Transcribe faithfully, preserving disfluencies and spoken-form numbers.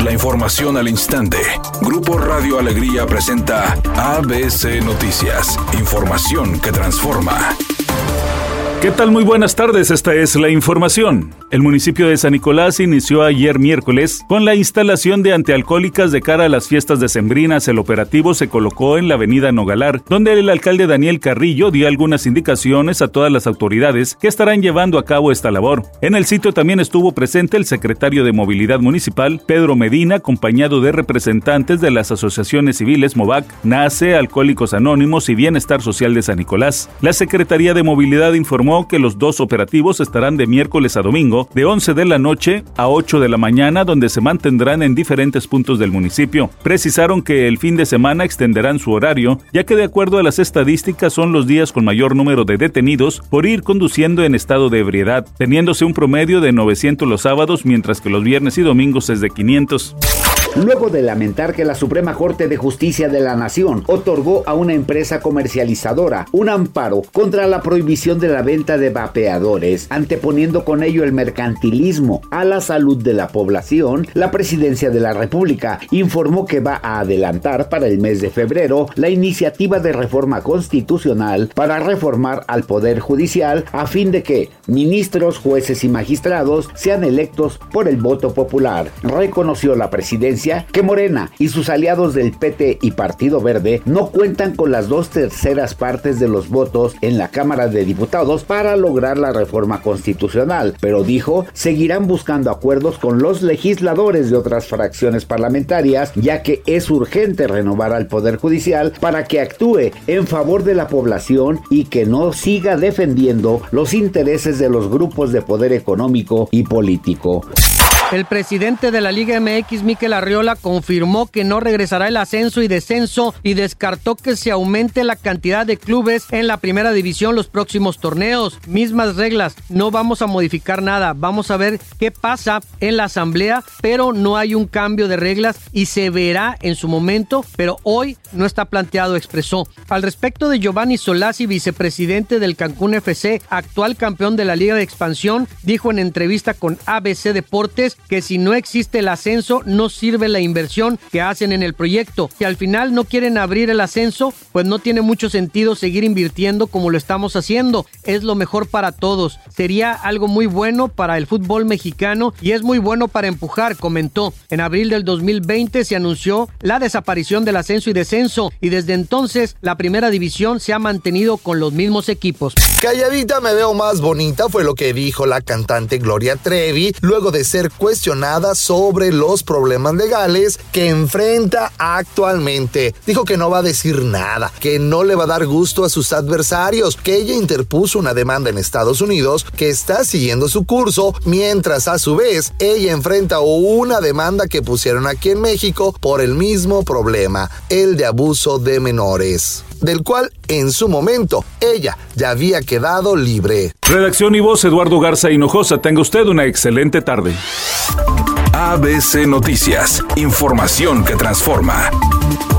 La información al instante. Grupo Radio Alegría presenta A B C Noticias. Información que transforma. ¿Qué tal? Muy buenas tardes, esta es la información. El municipio de San Nicolás inició ayer miércoles con la instalación de antialcohólicas de cara a las fiestas decembrinas. El operativo se colocó en la avenida Nogalar, donde el alcalde Daniel Carrillo dio algunas indicaciones a todas las autoridades que estarán llevando a cabo esta labor. En el sitio también estuvo presente el secretario de Movilidad Municipal, Pedro Medina, acompañado de representantes de las asociaciones civiles MOVAC, NACE, Alcohólicos Anónimos y Bienestar Social de San Nicolás. La Secretaría de Movilidad informó que los dos operativos estarán de miércoles a domingo, de once de la noche a ocho de la mañana, donde se mantendrán en diferentes puntos del municipio. Precisaron que el fin de semana extenderán su horario, ya que de acuerdo a las estadísticas son los días con mayor número de detenidos por ir conduciendo en estado de ebriedad, teniéndose un promedio de novecientos los sábados, mientras que los viernes y domingos es de quinientos. Luego de lamentar que la Suprema Corte de Justicia de la Nación otorgó a una empresa comercializadora un amparo contra la prohibición de la venta de vapeadores, anteponiendo con ello el mercantilismo a la salud de la población, la Presidencia de la República informó que va a adelantar para el mes de febrero la iniciativa de reforma constitucional para reformar al Poder Judicial a fin de que ministros, jueces y magistrados sean electos por el voto popular. Reconoció la Presidencia que Morena y sus aliados del P T y Partido Verde no cuentan con las dos terceras partes de los votos en la Cámara de Diputados para lograr la reforma constitucional, pero dijo seguirán buscando acuerdos con los legisladores de otras fracciones parlamentarias, ya que es urgente renovar al Poder Judicial para que actúe en favor de la población y que no siga defendiendo los intereses de los grupos de poder económico y político. El presidente de la Liga M X, Mikel Arriola, confirmó que no regresará el ascenso y descenso y descartó que se aumente la cantidad de clubes en la primera división los próximos torneos. Mismas reglas, no vamos a modificar nada, vamos a ver qué pasa en la asamblea, pero no hay un cambio de reglas y se verá en su momento, pero hoy no está planteado, expresó. Al respecto de Giovanni Solazzi, vicepresidente del Cancún F C, actual campeón de la Liga de Expansión, dijo en entrevista con A B C Deportes que si no existe el ascenso no sirve la inversión que hacen en el proyecto. Si al final no quieren abrir el ascenso, pues no tiene mucho sentido seguir invirtiendo como lo estamos haciendo. Es lo mejor para todos. Sería algo muy bueno para el fútbol mexicano y es muy bueno para empujar, comentó. En abril del dos mil veinte se anunció la desaparición del ascenso y descenso y desde entonces la primera división se ha mantenido con los mismos equipos. Calladita me veo más bonita fue lo que dijo la cantante Gloria Trevi luego de ser cuestionada sobre los problemas legales que enfrenta actualmente. Dijo que no va a decir nada, que no le va a dar gusto a sus adversarios, que ella interpuso una demanda en Estados Unidos que está siguiendo su curso, mientras a su vez ella enfrenta una demanda que pusieron aquí en México por el mismo problema, el de abuso de menores, del cual en su momento ella ya había quedado libre. Redacción y voz, Eduardo Garza Hinojosa. Tenga usted una excelente tarde. A B C Noticias, información que transforma.